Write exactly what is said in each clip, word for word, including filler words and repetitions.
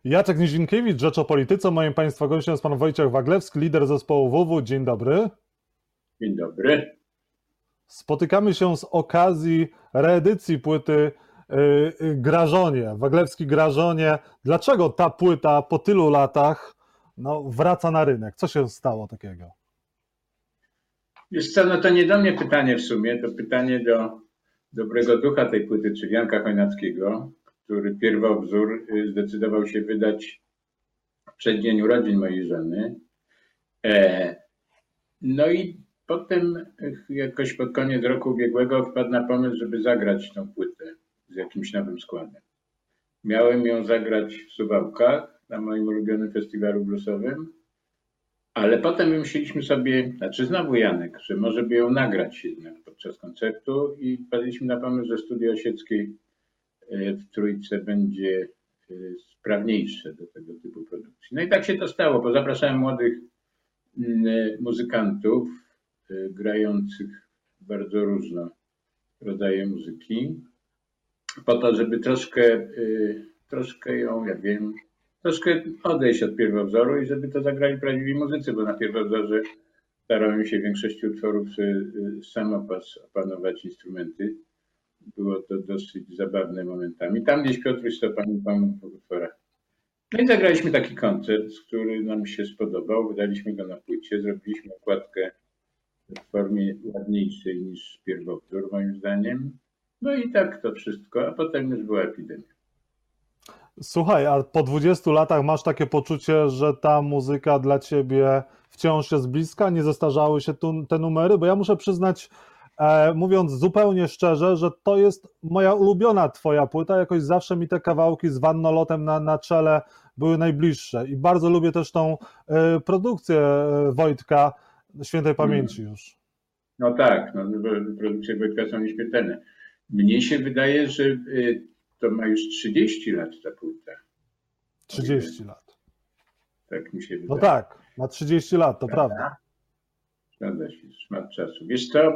Jacek Nizinkiewicz, Rzecz o Polityce. Moim Państwa gościem jest pan Wojciech Waglewski, lider zespołu W W. Dzień dobry. Dzień dobry. Spotykamy się z okazji reedycji płyty yy, Grażonie, Waglewski Grażonie. Dlaczego ta płyta po tylu latach no, wraca na rynek? Co się stało takiego? Wiesz co, no to nie do mnie pytanie w sumie, to pytanie do dobrego ducha tej płyty, czyli Janka Chojnackiego, który pierwowzór zdecydował się wydać w przeddzień urodzin mojej żony. No i potem jakoś pod koniec roku ubiegłego wpadł na pomysł, żeby zagrać tą płytę z jakimś nowym składem. Miałem ją zagrać w Suwałkach na moim ulubionym festiwalu bluesowym, ale potem wymyśliliśmy sobie, znaczy znowu Janek, że może by ją nagrać jednak podczas koncertu i wpadliśmy na pomysł, że Studio Osieckiej w Trójce będzie sprawniejsze do tego typu produkcji. No i tak się to stało, bo zapraszałem młodych muzykantów grających bardzo różne rodzaje muzyki, po to, żeby troszkę, troszkę ją, ja wiem, troszkę odejść od pierwowzoru i żeby to zagrali prawdziwi muzycy, bo na pierwowzorze starałem się w większości utworów samopas opanować instrumenty. Było to dosyć zabawne momentami. Tam gdzieś Piotr Stopani pomógł w utworach. No i zagraliśmy taki koncert, który nam się spodobał. Wydaliśmy go na płycie, zrobiliśmy okładkę w formie ładniejszej niż pierwowzór, moim zdaniem. No i tak to wszystko, a potem już była epidemia. Słuchaj, a po dwudziestu latach masz takie poczucie, że ta muzyka dla ciebie wciąż jest bliska? Nie zestarzały się tu te numery? Bo ja muszę przyznać, e, mówiąc zupełnie szczerze, że to jest moja ulubiona twoja płyta. Jakoś zawsze mi te kawałki z Wannolotem na, na czele były najbliższe. I bardzo lubię też tą e, produkcję Wojtka, świętej pamięci już. No tak, no, produkcje Wojtka są nieśmiertelne. Mnie się wydaje, że to ma już trzydzieści lat ta płyta. trzydzieści lat. Tak mi się wydaje. No tak, ma trzydzieści lat, to prawda. prawda. Zgadza się, szmat czasu. Wiesz co,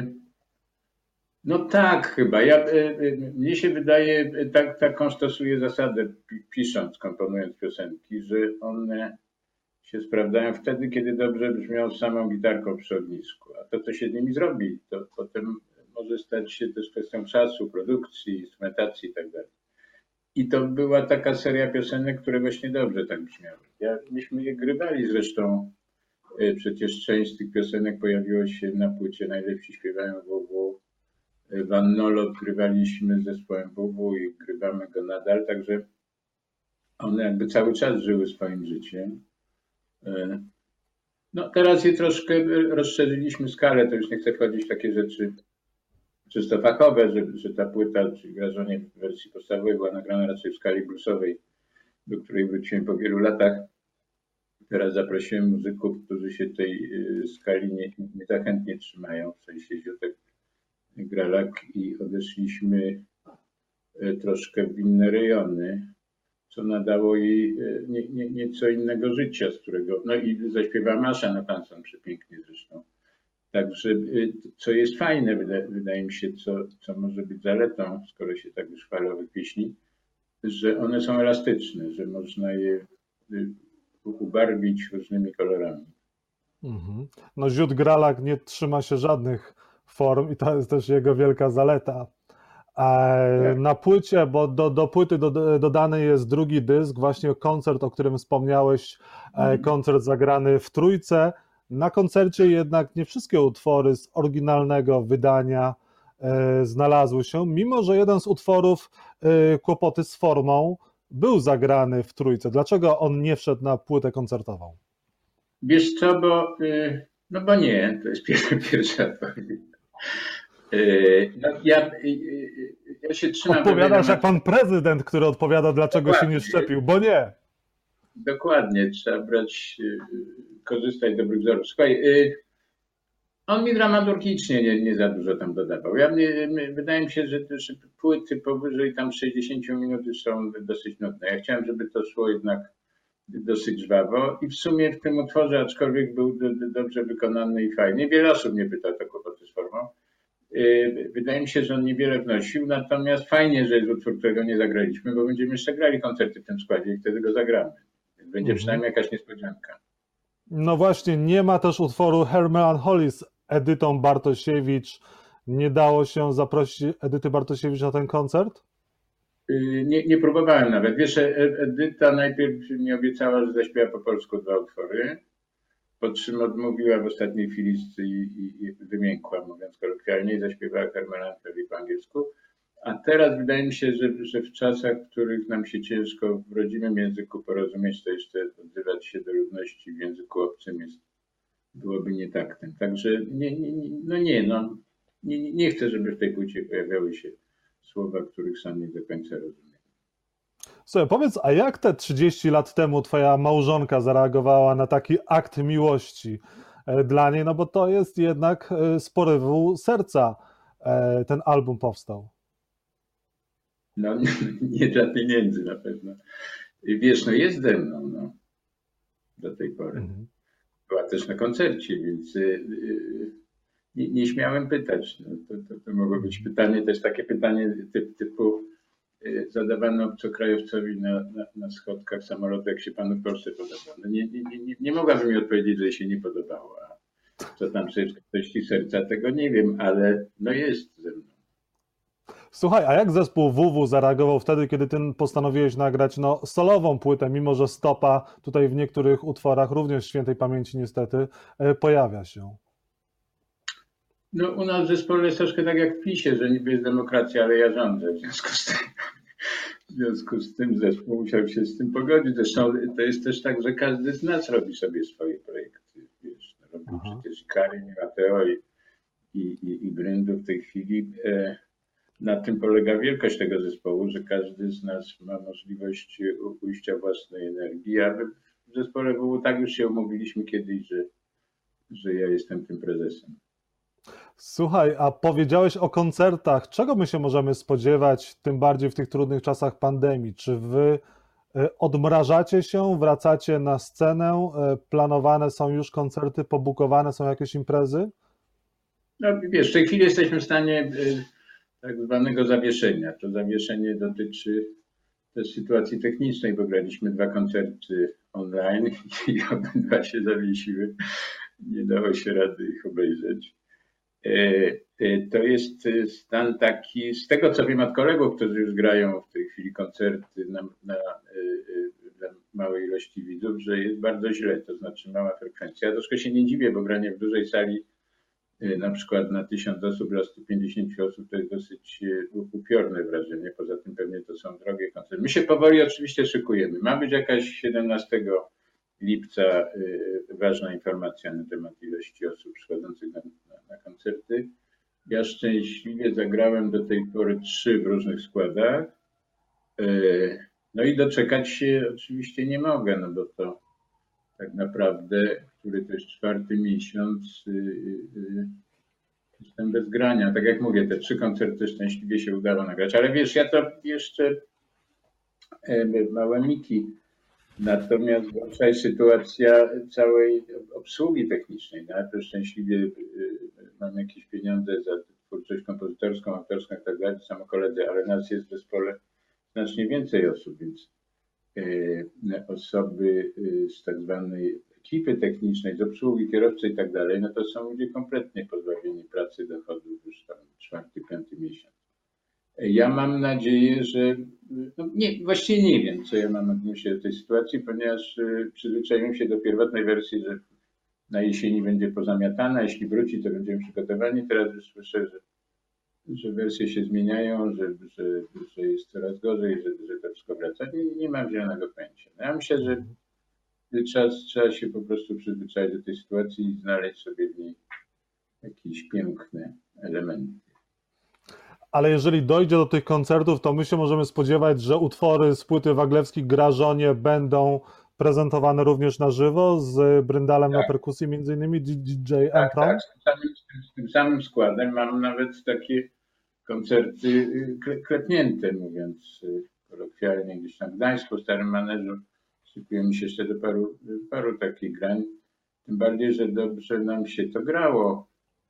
no tak chyba. Ja, mnie się wydaje, tak, taką stosuję zasadę, pisząc, komponując piosenki, że one się sprawdzają wtedy, kiedy dobrze brzmią z samą gitarką przy ognisku. A to, co się z nimi zrobi, to potem może stać się też kwestią czasu, produkcji, instrumentacji i tak dalej. I to była taka seria piosenek, które właśnie dobrze tak brzmiały. Ja, myśmy je grywali zresztą, przecież część z tych piosenek pojawiło się na płycie Najlepsi śpiewają W W. Wannolot grywaliśmy z zespołem W W i grywamy go nadal, także one jakby cały czas żyły swoim życiem. No teraz je troszkę rozszerzyliśmy skalę, to już nie chcę wchodzić w takie rzeczy czysto fachowe, że, że ta płyta, czyli Grażonie w wersji podstawowej była nagrana raczej w skali bluesowej, do której wróciłem po wielu latach. Teraz zaprosiłem muzyków, którzy się tej skali nie, nie za chętnie trzymają, w sensie Ziotek Gralak, i odeszliśmy troszkę w inne rejony, co nadało jej nie, nie, nieco innego życia, z którego, no i zaśpiewała Masza Nathanson przepięknie zresztą. Także, co jest fajne, wydaje, wydaje mi się, co, co może być zaletą, skoro się tak już chwalę owych pieśni, że one są elastyczne, że można je ubarwić różnymi kolorami. Mhm. No Ziut Gralak nie trzyma się żadnych form i to jest też jego wielka zaleta. Tak. Na płycie, bo do, do płyty do, dodany jest drugi dysk, właśnie koncert, o którym wspomniałeś, mhm. koncert zagrany w Trójce. Na koncercie jednak nie wszystkie utwory z oryginalnego wydania e, znalazły się, mimo że jeden z utworów, e, Kłopoty z formą, był zagrany w Trójce. Dlaczego on nie wszedł na płytę koncertową? Wiesz co, bo, y, no bo nie, to jest pierwsza, pierwsza odpowiedź. Y, no ja, y, ja się trzymam... Odpowiadasz jak pan prezydent, który odpowiada, dlaczego Dokładnie. się nie szczepił, bo nie. Dokładnie, trzeba brać... Y, korzystać z dobrych wzorów. Słuchaj, on mi dramaturgicznie nie, nie za dużo tam dodawał. Ja, mnie, wydaje mi się, że też płyty powyżej tam sześćdziesiąt minut są dosyć nudne. Ja chciałem, żeby to szło jednak dosyć żwawo i w sumie w tym utworze, aczkolwiek był do, do, dobrze wykonany i fajny, wiele osób mnie pyta o Kłopoty z formą, Wydaje mi się, że on niewiele wnosił, natomiast fajnie, że jest utwór, którego nie zagraliśmy, bo będziemy jeszcze grali koncerty w tym składzie i wtedy go zagramy. Będzie mhm. przynajmniej jakaś niespodzianka. No właśnie, nie ma też utworu Her Melancholy z Edytą Bartosiewicz. Nie dało się zaprosić Edyty Bartosiewicz na ten koncert? Nie, nie próbowałem nawet. Wiesz, Edyta najpierw mi obiecała, że zaśpiewa po polsku dwa utwory, po czym odmówiła w ostatniej chwili i, i, i wymiękła, mówiąc kolokwialnie, i zaśpiewała Her Melancholy po angielsku. A teraz wydaje mi się, że, że w czasach, w których nam się ciężko w rodzimym języku porozumieć, to jeszcze odzywać się do ludności w języku obcym jest, byłoby nietaktem. Także nie, nie, nie, no nie, no, nie, nie chcę, żeby w tej płycie pojawiały się słowa, których sam nie do końca rozumiem. Słuchaj, powiedz, a jak te trzydzieści lat temu twoja małżonka zareagowała na taki akt miłości dla niej? No bo to jest jednak z porywu serca ten album powstał. No nie, nie dla pieniędzy na pewno. Wiesz, no jest ze mną no, do tej pory. Mhm. Była też na koncercie, więc nie, nie śmiałem pytać. No, to, to, to mogło być pytanie, też takie pytanie typ, typu zadawane obcokrajowcowi na, na, na schodkach samolotu, jak się panu w Polsce podoba. No nie, nie, nie, nie mogłabym mi odpowiedzieć, że jej się nie podobało. A co tam sobie w treści serca, tego nie wiem, ale no jest ze mną. Słuchaj, a jak zespół W W zareagował wtedy, kiedy ty postanowiłeś nagrać no, solową płytę, mimo że stopa tutaj w niektórych utworach, również świętej pamięci niestety, pojawia się? No u nas w zespole jest troszkę tak jak w PiSie, że niby jest demokracja, ale ja rządzę. W związku z tym, w związku z tym zespół musiał się z tym pogodzić. Zresztą to jest też tak, że każdy z nas robi sobie swoje projekty. Wiesz, robi Aha. przecież i Karin, i Mateo, i, i, i, i Bryndu w tej chwili. Na tym polega wielkość tego zespołu, że każdy z nas ma możliwość ujścia własnej energii, a w zespole W W tak już się umówiliśmy kiedyś, że, że ja jestem tym prezesem. Słuchaj, a powiedziałeś o koncertach. Czego my się możemy spodziewać, tym bardziej w tych trudnych czasach pandemii? Czy wy odmrażacie się, wracacie na scenę? Planowane są już koncerty, pobukowane są jakieś imprezy? No wiesz, w tej chwili jesteśmy w stanie tak zwanego zawieszenia. To zawieszenie dotyczy też sytuacji technicznej, bo graliśmy dwa koncerty online i obydwa się zawiesiły. Nie dało się rady ich obejrzeć. To jest stan taki, z tego co wiem od kolegów, którzy już grają w tej chwili koncerty na, na, dla małej ilości widzów, że jest bardzo źle, to znaczy mała frekwencja. Ja troszkę się nie dziwię, bo granie w dużej sali na przykład na tysiąc osób, dla stu pięćdziesięciu osób to jest dosyć upiorne wrażenie. Poza tym pewnie to są drogie koncerty. My się powoli oczywiście szykujemy. Ma być jakaś siedemnastego lipca ważna informacja na temat ilości osób przychodzących na, na, na koncerty. Ja szczęśliwie zagrałem do tej pory trzy w różnych składach. No i doczekać się oczywiście nie mogę, no bo to tak naprawdę, który to jest czwarty miesiąc, jestem bez grania. Tak jak mówię, te trzy koncerty szczęśliwie się udało nagrać. Ale wiesz, ja to jeszcze małe miki. Natomiast gorsza jest sytuacja całej obsługi technicznej. Najpierw szczęśliwie mam jakieś pieniądze za twórczość kompozytorską, autorską i tak dalej, samo koledzy, ale nas jest w zespole znacznie więcej osób, więc osoby z tak zwanej ekipy technicznej, z obsługi, kierowcy i tak dalej, no to są ludzie kompletnie pozbawieni pracy, dochodów już tam czwarty, piąty miesiąc. Ja mam nadzieję, że no nie, właściwie nie wiem, co ja mam odnieść do tej sytuacji, ponieważ przyzwyczaiłem się do pierwotnej wersji, że na jesieni będzie pozamiatana, jeśli wróci, to będziemy przygotowani. Teraz już słyszę, że, że wersje się zmieniają, że, że, że jest coraz gorzej, że, że to wszystko wraca. Nie, nie mam zielonego pojęcia. No ja myślę, że trzeba, trzeba się po prostu przyzwyczaić do tej sytuacji i znaleźć sobie w niej jakieś piękne elementy. Ale jeżeli dojdzie do tych koncertów, to my się możemy spodziewać, że utwory z płyty Waglewskich Grażonie będą prezentowane również na żywo z Bryndalem tak. na perkusji, między innymi D J tak, tak, z tym, samym, z tym samym składem. Mam nawet takie koncerty klepnięte, mówiąc kolokwialnie, gdzieś tam w Gdańsku, w Starym Maneżu. Szykuje mi się jeszcze do paru, paru takich grań. Tym bardziej, że dobrze nam się to grało.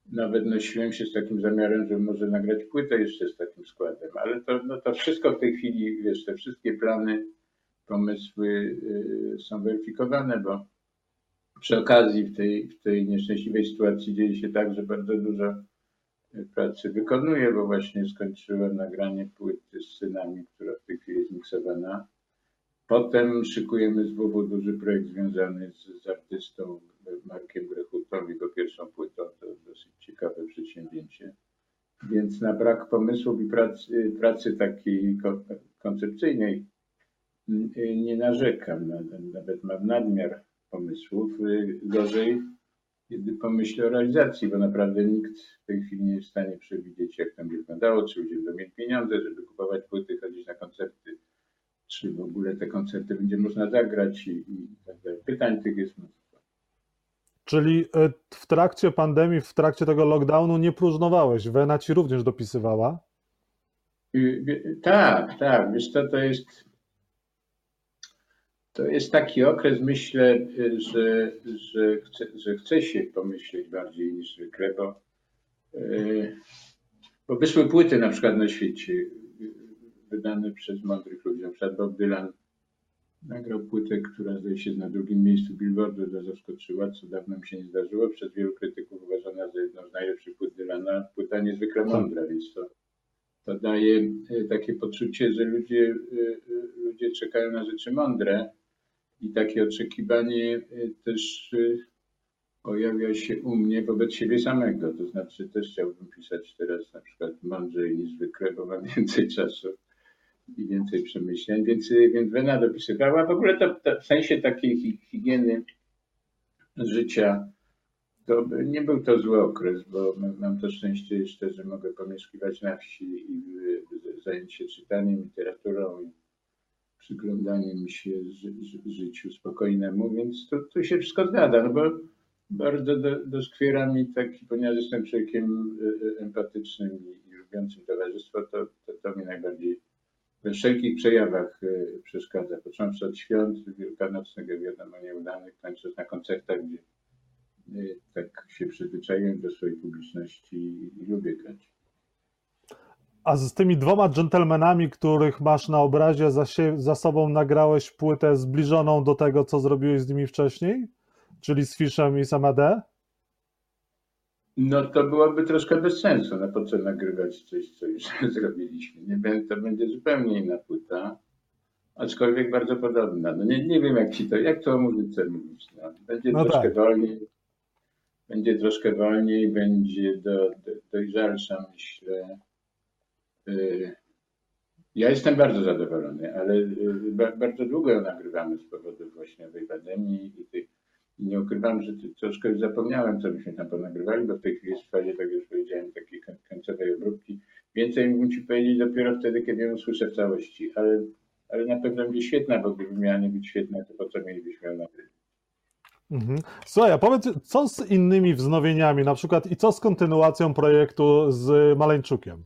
nawet nosiłem się z takim zamiarem, że może nagrać płytę jeszcze z takim składem, ale to, no to wszystko w tej chwili, wiesz, te wszystkie plany, pomysły y, są weryfikowane, bo przy okazji w tej, w tej nieszczęśliwej sytuacji dzieje się tak, że bardzo dużo pracy wykonuję, bo właśnie skończyłem nagranie płyty z synami, która w tej chwili jest miksowana. Potem szykujemy z W W duży projekt związany z, z artystą Markiem Grechutą, jego pierwszą płytą. To dosyć ciekawe przedsięwzięcie. Więc na brak pomysłów i pracy, pracy takiej koncepcyjnej nie narzekam. Nawet mam nadmiar pomysłów. Gorzej, kiedy pomyślę o realizacji, bo naprawdę nikt w tej chwili nie jest w stanie przewidzieć, jak to będzie wyglądało, czy ludzie będą mieli pieniądze, żeby kupować płyty, chodzić na koncerty, czy w ogóle te koncerty będzie można zagrać i, i tak dalej. Pytań tych jest mnóstwo. Czyli w trakcie pandemii, w trakcie tego lockdownu nie próżnowałeś, Wena ci również dopisywała? Tak, tak, wiesz co, to jest to jest taki okres, myślę, że, że, chce, że chce się pomyśleć bardziej niż zwykle, bo, bo wyszły płyty na przykład na świecie wydane przez mądrych ludzi. Na przykład Bob Dylan nagrał płytę, która zdaje się na drugim miejscu Billboardu, to zaskoczyła, co dawno mi się nie zdarzyło. Przez wielu krytyków uważana za jedną z najlepszych płyt Dylana. Płyta niezwykle mądra, więc to, to daje takie poczucie, że ludzie, ludzie czekają na rzeczy mądre i takie oczekiwanie też pojawia się u mnie wobec siebie samego. To znaczy też chciałbym pisać teraz na przykład mądrzej niż zwykle, bo mam więcej czasu i więcej przemyśleń, więc, więc Wena dopisywała. W ogóle to, to w sensie takiej higieny życia to nie był to zły okres, bo mam to szczęście jeszcze, że mogę pomieszkiwać na wsi i zająć się czytaniem, literaturą i przyglądaniem się ży, ży, życiu spokojnemu, więc to, to się wszystko zgadza, no bo bardzo do, doskwiera mi taki, ponieważ jestem człowiekiem empatycznym i, i lubiącym towarzystwo, to, to, to mi najbardziej we wszelkich przejawach przeszkadza, począwszy od świąt wielkanocnych, wiadomo, nieudanych, kończąc na koncertach, gdzie tak się przyzwyczaiłem do swojej publiczności i lubię grać. A z tymi dwoma dżentelmenami, których masz na obrazie, za, się, za sobą nagrałeś płytę zbliżoną do tego, co zrobiłeś z nimi wcześniej? Czyli z Fishem i Samade? No to byłoby troszkę bez sensu. No po co nagrywać coś, co już zrobiliśmy? Nie, to będzie zupełnie inna płyta, aczkolwiek bardzo podobna. No nie, nie wiem, jak ci to, jak to o muzyce mówić. No. Będzie no troszkę tak. wolniej, będzie troszkę wolniej, będzie do, do, dojrzalsza, myślę. Ja jestem bardzo zadowolony, ale bardzo długo ją nagrywamy z powodu właśnie owej pandemii i tych. I nie ukrywam, że troszkę już zapomniałem, co byśmy tam ponagrywali, bo w tej chwili jest w fazie, tak już powiedziałem, takiej końcowej obróbki. Więcej mógłbym ci powiedzieć dopiero wtedy, kiedy ją usłyszę w całości, ale, ale na pewno będzie świetna, bo gdyby miała nie być świetna, to po co mielibyśmy ją nagrywać? Mhm. Słuchaj, a powiedz, co z innymi wznowieniami, na przykład i co z kontynuacją projektu z Maleńczukiem?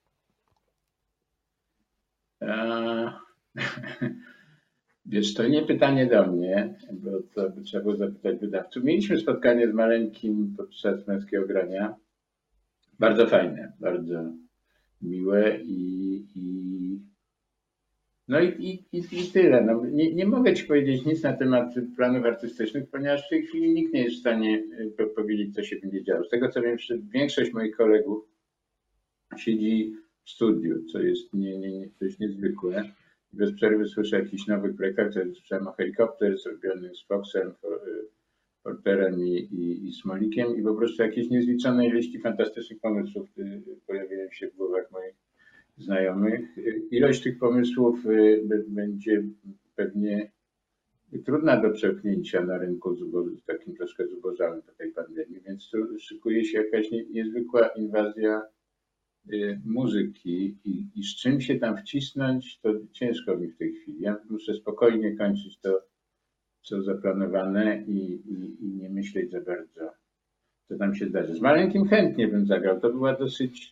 A... Wiesz, to nie pytanie do mnie, bo to by trzeba było zapytać wydawców. Mieliśmy spotkanie z Maleńkim podczas męskiego grania. Bardzo fajne, bardzo miłe i, i no i, i, i, i tyle. No, nie, nie mogę ci powiedzieć nic na temat planów artystycznych, ponieważ w tej chwili nikt nie jest w stanie powiedzieć, co się będzie działo. Z tego co wiem, większość moich kolegów siedzi w studiu, co jest nie, nie, nie, coś niezwykłe. Bez przerwy słyszę o jakichś nowych projektach, to słyszałem o Helikopter zrobiony z Foxem, Porterem i, i, i Smolikiem i po prostu jakieś niezliczone ilości fantastycznych pomysłów pojawiają się w głowach moich znajomych. Ilość tych pomysłów będzie pewnie trudna do przełknięcia na rynku takim troszkę zubożałym po tej pandemii, więc tu szykuje się jakaś nie, niezwykła inwazja muzyki i, i z czym się tam wcisnąć, to ciężko mi w tej chwili. Ja muszę spokojnie kończyć to, co zaplanowane i, i, i nie myśleć za bardzo, co tam się zdarzy. Z Maleńkim chętnie bym zagrał. To była dosyć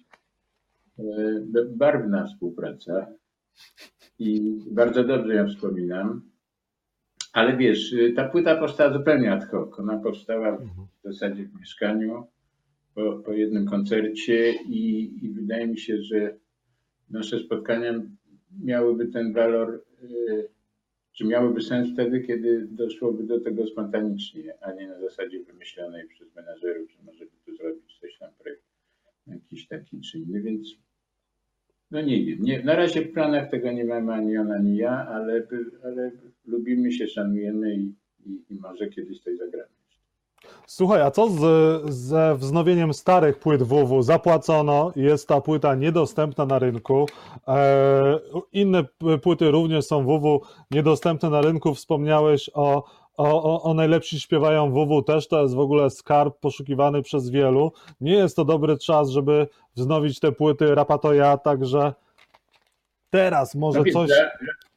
e, barwna współpraca i bardzo dobrze ją wspominam. Ale wiesz, ta płyta powstała zupełnie ad hoc. Ona powstała w zasadzie w mieszkaniu po, po jednym koncercie i, i wydaje mi się, że nasze spotkania miałyby ten walor, czy miałyby sens wtedy, kiedy doszłoby do tego spontanicznie, a nie na zasadzie wymyślonej przez menadżerów, że może by tu zrobić coś tam, projekt jakiś taki czy inny, więc no nie wiem. Nie, na razie w planach tego nie mamy ani on, ani ja, ale, ale lubimy się, szanujemy i, i, i może kiedyś coś zagramy. Słuchaj, a co z, ze wznowieniem starych płyt W W? Zapłacono, jest ta płyta niedostępna na rynku. E, inne płyty również są W W niedostępne na rynku. Wspomniałeś o, o, o Najlepsi Śpiewają W W, też to jest w ogóle skarb poszukiwany przez wielu. Nie jest to dobry czas, żeby wznowić te płyty Rapa to ja, także teraz może no coś... Dla,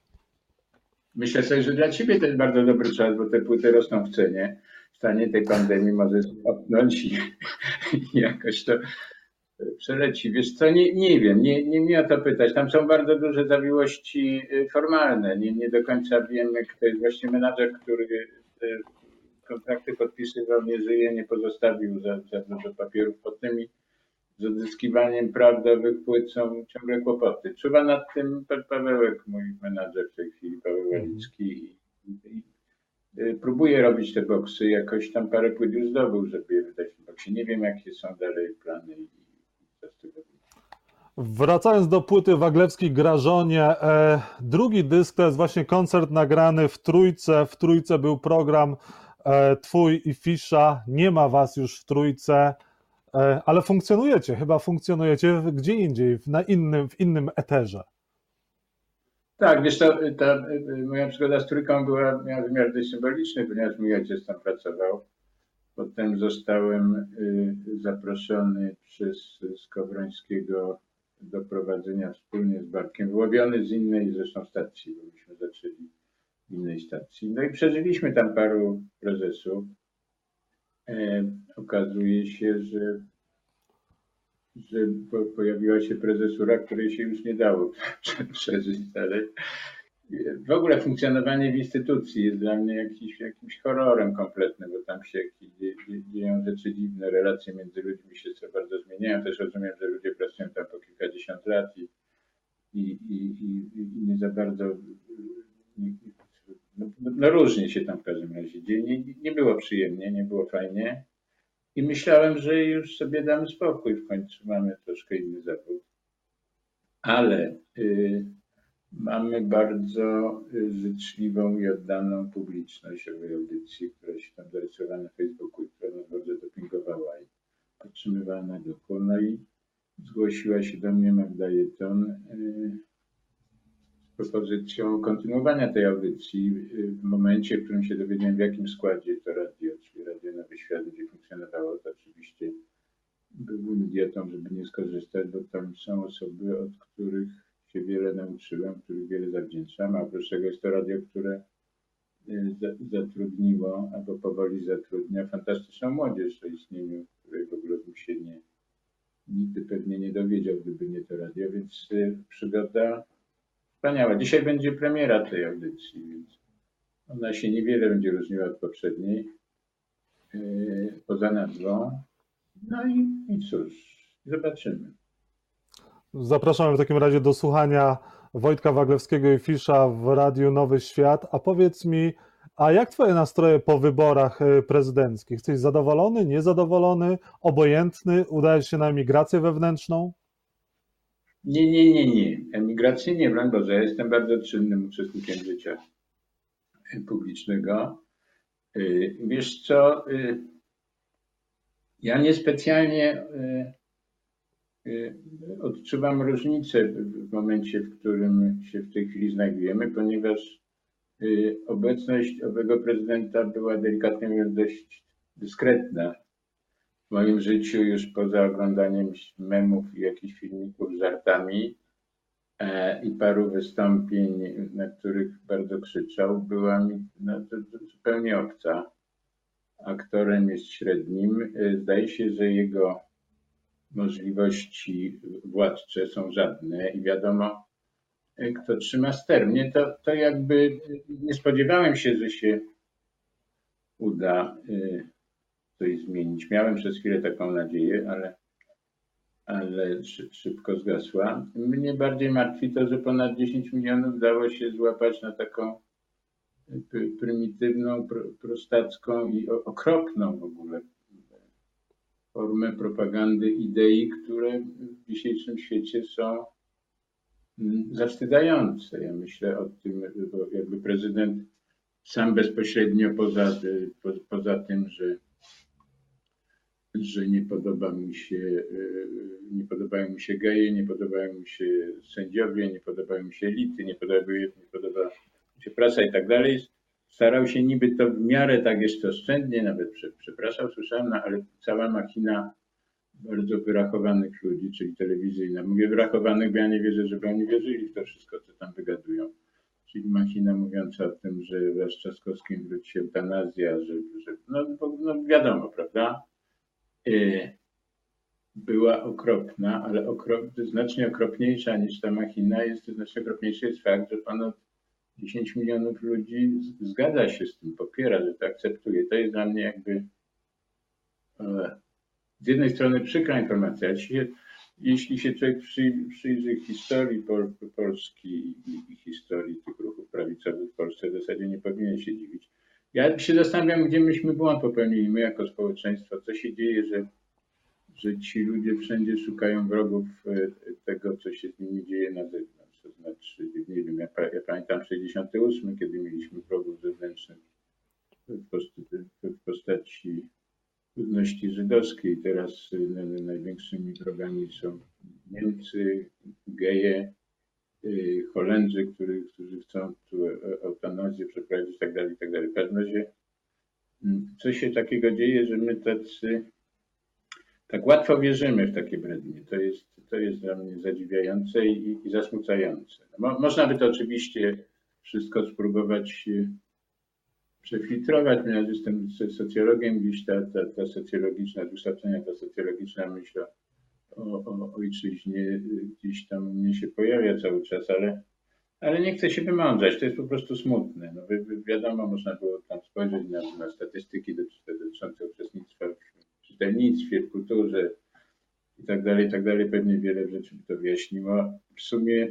myślę sobie, że dla ciebie to jest bardzo dobry czas, bo te płyty rosną w cenie. W stanie tej pandemii może opnąć i, i jakoś to przeleci. Wiesz co, nie, nie wiem, nie, nie mnie o to pytać. Tam są bardzo duże zawiłości formalne. Nie, nie do końca wiemy, kto jest właśnie menadżer, który te kontrakty podpisywał, nie żyje, nie pozostawił za, za dużo papierów pod tymi. Z odzyskiwaniem prawdowych płyt są ciągle kłopoty. Czuwa nad tym Pawełek, mój menadżer w tej chwili, Paweł Walicki. I, i, próbuję robić te boksy, jakoś tam parę płyt już zdobył, żeby je wydać w boksie. Nie wiem, jakie są dalej plany i co z tego. Wracając do płyty Waglewski Grażonie, e, drugi dysk to jest właśnie koncert nagrany w Trójce. W Trójce był program e, twój i Fisza, nie ma was już w Trójce, e, ale funkcjonujecie, chyba funkcjonujecie gdzie indziej, na innym, w innym eterze. Tak, wiesz, ta, ta moja przygoda z Trójką była, miała wymiar dość symboliczny, ponieważ mój ojciec tam pracował. Potem zostałem zaproszony przez Skowrońskiego do prowadzenia wspólnie z Bartkiem, wyłowiony z innej zresztą stacji, bo myśmy zaczęli w innej stacji. No i przeżyliśmy tam paru prezesów. E, okazuje się, że że pojawiła się prezesura, której się już nie dało przeżyć dalej. W ogóle funkcjonowanie w instytucji jest dla mnie jakiś, jakimś horrorem kompletnym, bo tam się dzieją rzeczy dziwne, relacje między ludźmi się co bardzo zmieniają. Też rozumiem, że ludzie pracują tam po kilkadziesiąt lat i, i, i, i nie za bardzo, no, no różnie się tam w każdym razie dzieje. Nie, nie było przyjemnie, nie było fajnie. I myślałem, że już sobie damy spokój, w końcu mamy troszkę inny zawód. Ale y, mamy bardzo życzliwą i oddaną publiczność owej audycji, która się tam zarysowała na Facebooku i która nas bardzo dopingowała i podtrzymywała na duchu. No i zgłosiła się do mnie Magda Jeton y, z propozycją kontynuowania tej audycji w momencie, w którym się dowiedziałem, w jakim składzie to radio, czyli Radio Nowy Świat, gdzie funkcjonowało, to oczywiście byłbym idiotą, żeby nie skorzystać, bo tam są osoby, od których się wiele nauczyłem, których wiele zawdzięczam, a oprócz tego jest to radio, które zatrudniło, albo powoli zatrudnia fantastyczną młodzież o istnieniu, której w ogóle bym się nie, nigdy pewnie nie dowiedział, gdyby nie to radio, więc przygoda wspaniała. Dzisiaj będzie premiera tej audycji, więc ona się niewiele będzie różniła od poprzedniej, yy, poza nazwą. No i, i cóż, zobaczymy. Zapraszamy w takim razie do słuchania Wojtka Waglewskiego i Fisza w Radiu Nowy Świat. A powiedz mi, a jak twoje nastroje po wyborach prezydenckich? Jesteś zadowolony, niezadowolony, obojętny? Udajesz się na emigrację wewnętrzną? Nie, nie, nie, nie. Emigrację nie, broń Boże. Ja jestem bardzo czynnym uczestnikiem życia publicznego. Wiesz co, ja niespecjalnie odczuwam różnicę w momencie, w którym się w tej chwili znajdujemy, ponieważ obecność owego prezydenta była delikatnie mówiąc dość dyskretna. W moim życiu już poza oglądaniem memów i jakichś filmików z żartami i paru wystąpień, na których bardzo krzyczał, była mi no, to, to zupełnie obca. Aktorem jest średnim. Zdaje się, że jego możliwości władcze są żadne i wiadomo, kto trzyma ster. Mnie to, to jakby nie spodziewałem się, że się uda coś zmienić. Miałem przez chwilę taką nadzieję, ale, ale szybko zgasła. Mnie bardziej martwi to, że ponad dziesięć milionów dało się złapać na taką prymitywną, prostacką i okropną w ogóle formę propagandy idei, które w dzisiejszym świecie są zawstydzające. Ja myślę o tym, bo jakby prezydent sam bezpośrednio poza, po, poza tym, że, że nie podoba mi się, nie podobają mu się geje, nie podobają mu się sędziowie, nie podobają mi się elity, nie podoba, nie podoba mi się prasa i tak dalej. Starał się niby to w miarę tak jeszcze oszczędnie, nawet przepraszał, słyszałem, no, ale cała machina bardzo wyrachowanych ludzi, czyli telewizyjna. Mówię wyrachowanych, bo ja nie wierzę, żeby oni wierzyli w to wszystko, co tam wygadują. Czyli machina mówiąca o tym, że wraz z Trzaskowskim wróci eutanazja, że, że no, no wiadomo, prawda? Była okropna, ale okrop, znacznie okropniejsza niż ta machina jest, znacznie okropniejszy jest fakt, że ponad dziesięć milionów ludzi zgadza się z tym, popiera, że to akceptuje. To jest dla mnie jakby z jednej strony przykra informacja, jeśli się, jeśli się człowiek przyjrzy historii Pol, Polski i, i historii tych ruchów prawicowych w Polsce, w zasadzie nie powinien się dziwić. Ja się zastanawiam, gdzie myśmy błąd popełnili, my jako społeczeństwo, co się dzieje, że, że ci ludzie wszędzie szukają wrogów tego, co się z nimi dzieje na zewnątrz. To znaczy, nie wiem, ja, ja pamiętam sześćdziesiąty ósmy, kiedy mieliśmy wrogów zewnętrznych w postaci, w postaci ludności żydowskiej. Teraz największymi wrogami są Niemcy, geje, Holendrzy, którzy, którzy chcą tu eutanazję przeprowadzić i tak dalej, i tak dalej. W każdym razie co się takiego dzieje, że my tacy tak łatwo wierzymy w takie brednie. To jest, to jest dla mnie zadziwiające i, i zasmucające. Mo, można by to oczywiście wszystko spróbować przefiltrować. Ja jestem socjologiem, gdzieś ta, ta, ta socjologiczna, z wykształcenia ta socjologiczna myśl o, o ojczyźnie gdzieś tam mnie się pojawia cały czas, ale, ale nie chcę się wymądrzać, to jest po prostu smutne. No, wi, wiadomo, można było tam spojrzeć na, na statystyki dotyczące uczestnictwa w czytelnictwie, w kulturze i tak dalej, i tak dalej. Pewnie wiele rzeczy by to wyjaśniło. W sumie,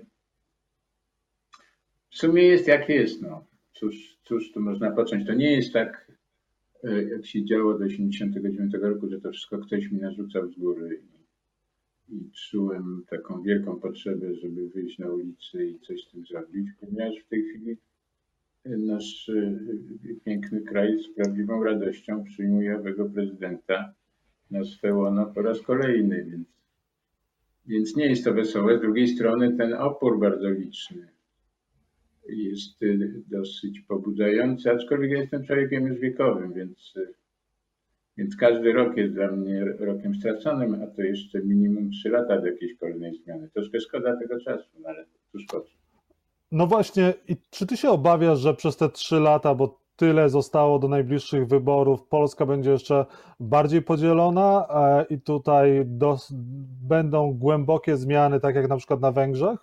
w sumie jest jak jest, no. Cóż, cóż tu można począć? To nie jest tak, jak się działo do osiemdziesiątego dziewiątego roku, że to wszystko ktoś mi narzucał z góry i, i czułem taką wielką potrzebę, żeby wyjść na ulicę i coś z tym zrobić, ponieważ w tej chwili nasz piękny kraj z prawdziwą radością przyjmuje owego prezydenta na swe łono po raz kolejny, więc, więc nie jest to wesołe. Z drugiej strony ten opór bardzo liczny jest dosyć pobudzający, aczkolwiek ja jestem człowiekiem już wiekowym, więc, więc każdy rok jest dla mnie rokiem straconym, a to jeszcze minimum trzy lata do jakiejś kolejnej zmiany. Troszkę szkoda tego czasu, no ale cóż po co. No właśnie, i czy ty się obawiasz, że przez te trzy lata, bo tyle zostało do najbliższych wyborów, Polska będzie jeszcze bardziej podzielona e, i tutaj dos, będą głębokie zmiany, tak jak na przykład na Węgrzech?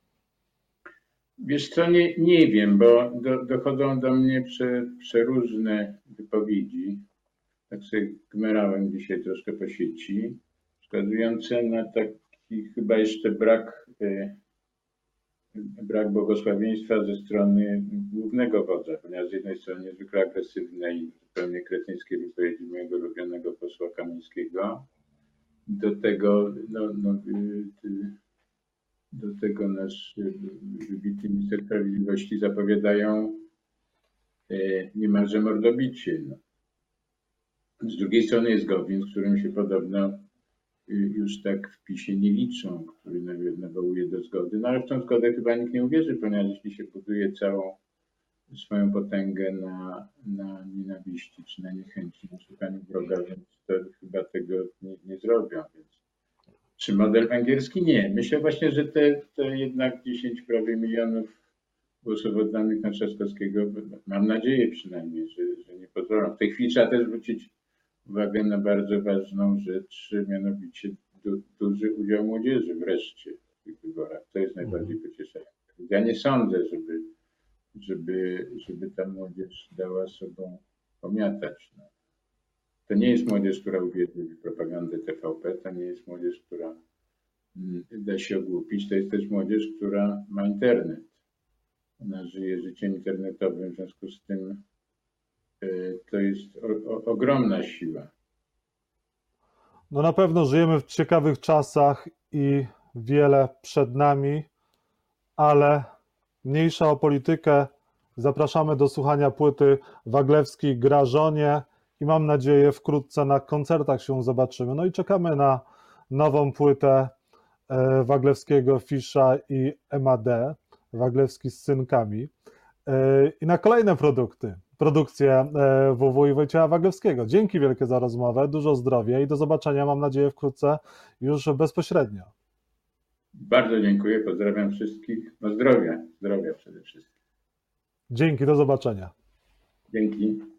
Wiesz co, nie, nie wiem, bo do, dochodzą do mnie prze, przeróżne wypowiedzi, tak sobie gmerałem dzisiaj troszkę po sieci, wskazujące na taki chyba jeszcze brak, e, brak błogosławieństwa ze strony głównego wodza, ponieważ z jednej strony niezwykle agresywne i zupełnie kretyńskie wypowiedzi mojego ulubionego posła Kamińskiego, do tego no, no, ty, do tego nasz wybitny minister sprawiedliwości zapowiadają niemalże mordobicie. No. Z drugiej strony jest Gowin, z którym się podobno już tak w PiSie nie liczą, który nawołuje do zgody. No ale w tą zgodę chyba nikt nie uwierzy, ponieważ jeśli się buduje całą swoją potęgę na, na nienawiści czy na niechęci, na szukaniu wroga, więc to chyba tego nie, nie zrobią. Więc czy model węgierski? Nie. Myślę właśnie, że te, te jednak dziesięć prawie milionów głosów oddanych na Trzaskowskiego, mam nadzieję przynajmniej, że, że nie pozwolą. W tej chwili trzeba też zwrócić uwagę na bardzo ważną rzecz, mianowicie du, duży udział młodzieży wreszcie w tych wyborach. To jest najbardziej pocieszające. Ja nie sądzę, żeby, żeby, żeby ta młodzież dała sobą pomiatać. No. To nie jest młodzież, która uwierzy w propagandę T V P, to nie jest młodzież, która da się ogłupić, to jest też młodzież, która ma internet. Ona żyje życiem internetowym, w związku z tym to jest o, o, ogromna siła. No na pewno żyjemy w ciekawych czasach i wiele przed nami, ale mniejsza o politykę. Zapraszamy do słuchania płyty Waglewski Gra żonie i mam nadzieję wkrótce na koncertach się zobaczymy. No i czekamy na nową płytę Waglewskiego, Fisza i M A D, Waglewski z synkami i na kolejne produkty, produkcje W W i Wojciecha Waglewskiego. Dzięki wielkie za rozmowę, dużo zdrowia i do zobaczenia, mam nadzieję, wkrótce już bezpośrednio. Bardzo dziękuję, pozdrawiam wszystkich. No zdrowia, zdrowia przede wszystkim. Dzięki, do zobaczenia. Dzięki.